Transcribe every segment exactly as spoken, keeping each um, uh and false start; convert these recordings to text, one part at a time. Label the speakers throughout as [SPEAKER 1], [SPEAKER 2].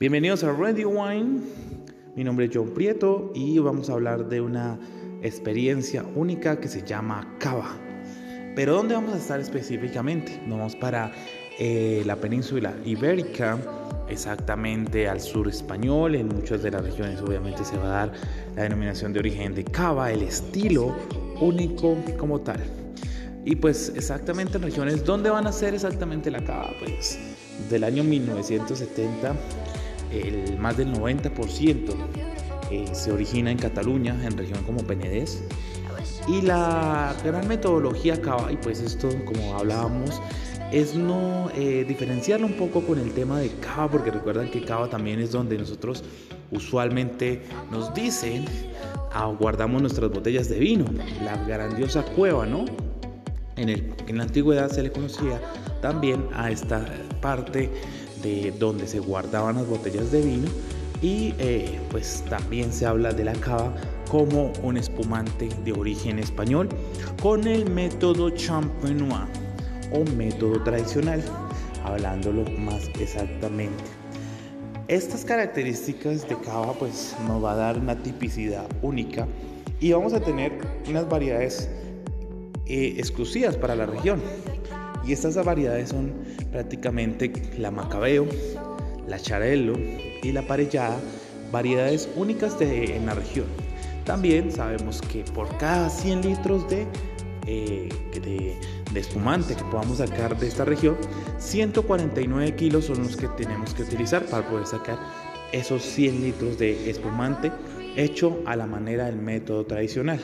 [SPEAKER 1] Bienvenidos a Radio Wine. Mi nombre es John Prieto y vamos a hablar de una experiencia única que se llama cava. Pero ¿dónde vamos a estar específicamente? Vamos para eh, la península ibérica, exactamente al sur español. En muchas de las regiones obviamente se va a dar la denominación de origen de cava, el estilo único como tal. Y pues exactamente en regiones donde van a ser exactamente la cava, pues del año mil novecientos setenta el más del noventa por ciento eh, se origina en Cataluña, en región como Penedès. Y la gran metodología cava, y pues esto como hablábamos, es no eh, diferenciarlo un poco con el tema de cava, porque recuerdan que cava también es donde nosotros usualmente nos dicen ah, guardamos nuestras botellas de vino, la grandiosa cueva, ¿no? En, el, en la antigüedad se le conocía también a esta parte de donde se guardaban las botellas de vino y eh, pues también se habla de la cava como un espumante de origen español con el método champenois o método tradicional, hablándolo más exactamente. Estas características de cava pues nos va a dar una tipicidad única y vamos a tener unas variedades eh, exclusivas para la región. Y estas variedades son prácticamente la Macabeo, la Xarel·lo y la Parellada, variedades únicas de, en la región. También sabemos que por cada cien litros de, eh, de, de espumante que podamos sacar de esta región, ciento cuarenta y nueve kilos son los que tenemos que utilizar para poder sacar esos cien litros de espumante hecho a la manera del método tradicional.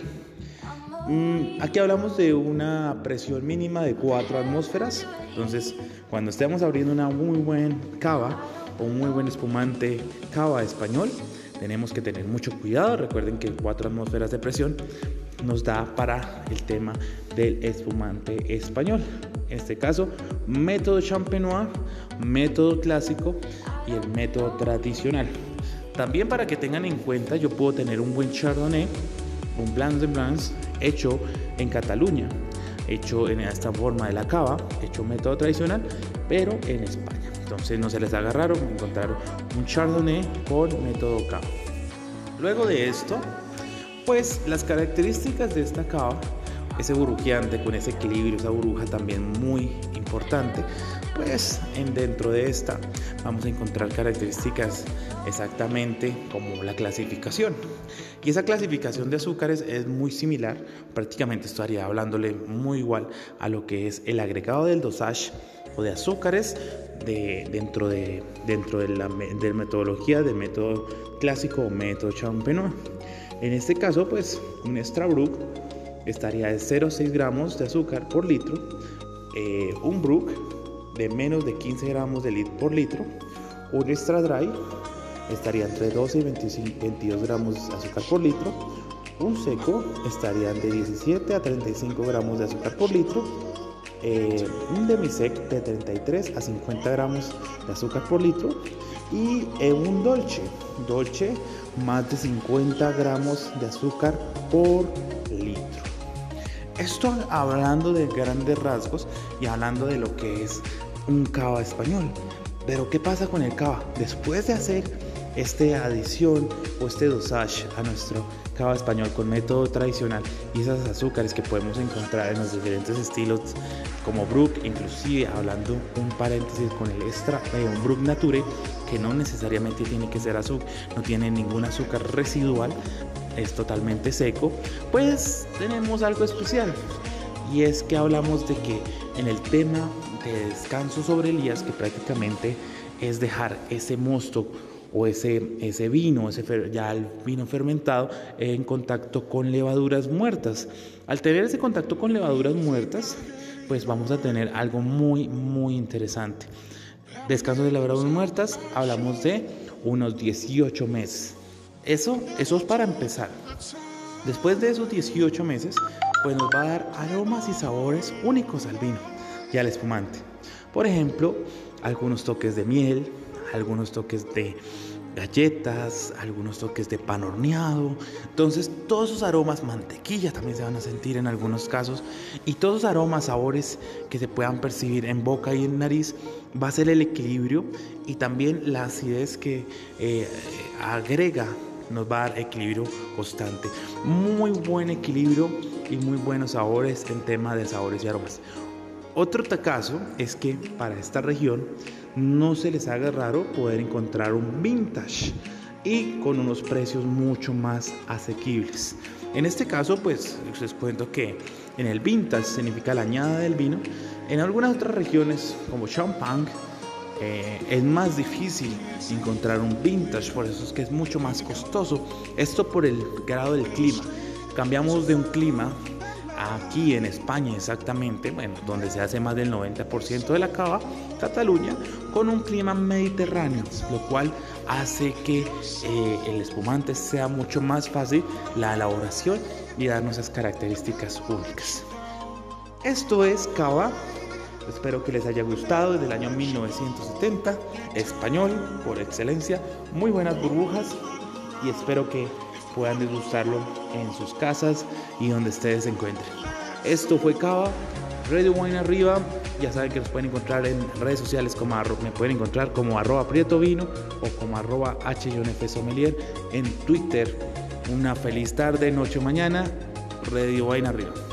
[SPEAKER 1] Aquí hablamos de una presión mínima de cuatro atmósferas. Entonces, cuando estemos abriendo una muy buena cava o un muy buen espumante cava español, tenemos que tener mucho cuidado. Recuerden que cuatro atmósferas de presión nos da para el tema del espumante español. En este caso, método champenois, método clásico y el método tradicional. También para que tengan en cuenta, yo puedo tener un buen chardonnay, un blanc de blancs hecho en Cataluña, hecho en esta forma de la cava, hecho método tradicional, pero en España. Entonces no se les haga raro encontrar un chardonnay con método cava. Luego de esto, pues las características de esta cava, ese burbujeante con ese equilibrio, esa burbuja también muy importante, pues en dentro de esta vamos a encontrar características exactamente como la clasificación. Y esa clasificación de azúcares es muy similar, prácticamente estaría hablándole muy igual a lo que es el agregado del dosage o de azúcares de, dentro de dentro de la de metodología de método clásico o método champenois. En este caso, pues un extra brut estaría de cero coma seis gramos de azúcar por litro, eh, un brut de menos de quince gramos de lit por litro, un extra dry estaría entre doce y veintidós gramos de azúcar por litro, un seco estaría de diecisiete a treinta y cinco gramos de azúcar por litro, eh, un demisec de treinta y tres a cincuenta gramos de azúcar por litro y eh, un dolce, dolce más de cincuenta gramos de azúcar por litro. Esto hablando de grandes rasgos y hablando de lo que es un cava español. Pero ¿qué pasa con el cava? Después de hacer esta adición o este dosage a nuestro cava español con método tradicional y esos azúcares que podemos encontrar en los diferentes estilos como brut, inclusive hablando un paréntesis con el extra, eh, un brut nature que no necesariamente tiene que ser azúcar, no tiene ningún azúcar residual, es totalmente seco, pues tenemos algo especial y es que hablamos de que en el tema de descanso sobre Elías, que prácticamente es dejar ese mosto o ese, ese vino, ese fer, ya el vino fermentado en contacto con levaduras muertas. Al tener ese contacto con levaduras muertas, pues vamos a tener algo muy muy interesante. Descanso de levaduras muertas, hablamos de unos dieciocho meses. Eso, eso es para empezar. Después de esos dieciocho meses, pues nos va a dar aromas y sabores únicos al vino y al espumante. Por ejemplo, algunos toques de miel, algunos toques de, galletas, algunos toques de pan horneado. Entonces todos esos aromas, mantequilla también se van a sentir en algunos casos, y todos esos aromas, sabores que se puedan percibir en boca y en nariz, va a ser el equilibrio y también la acidez que eh, agrega, nos va a dar equilibrio constante. Muy buen equilibrio y muy buenos sabores en tema de sabores y aromas. Otro caso es que para esta región no se les haga raro poder encontrar un vintage y con unos precios mucho más asequibles. En este caso, pues les cuento que en el vintage significa la añada del vino. En algunas otras regiones como Champagne eh, es más difícil encontrar un vintage, por eso es que es mucho más costoso. Esto por el grado del clima. Cambiamos de un clima aquí en España exactamente, bueno, donde se hace más del noventa por ciento de la cava, Cataluña, con un clima mediterráneo, lo cual hace que eh, el espumante sea mucho más fácil la elaboración y darnos esas características únicas. Esto es cava. Espero que les haya gustado. Desde el año mil novecientos setenta, español por excelencia, muy buenas burbujas, y espero que puedan degustarlo en sus casas y donde ustedes se encuentren. Esto fue Cava, Radio Wine arriba. Ya saben que nos pueden encontrar en redes sociales como arro- me pueden encontrar como arroba prieto vino o como arroba h sommelier en Twitter. Una feliz tarde, noche o mañana. Radio Wine arriba.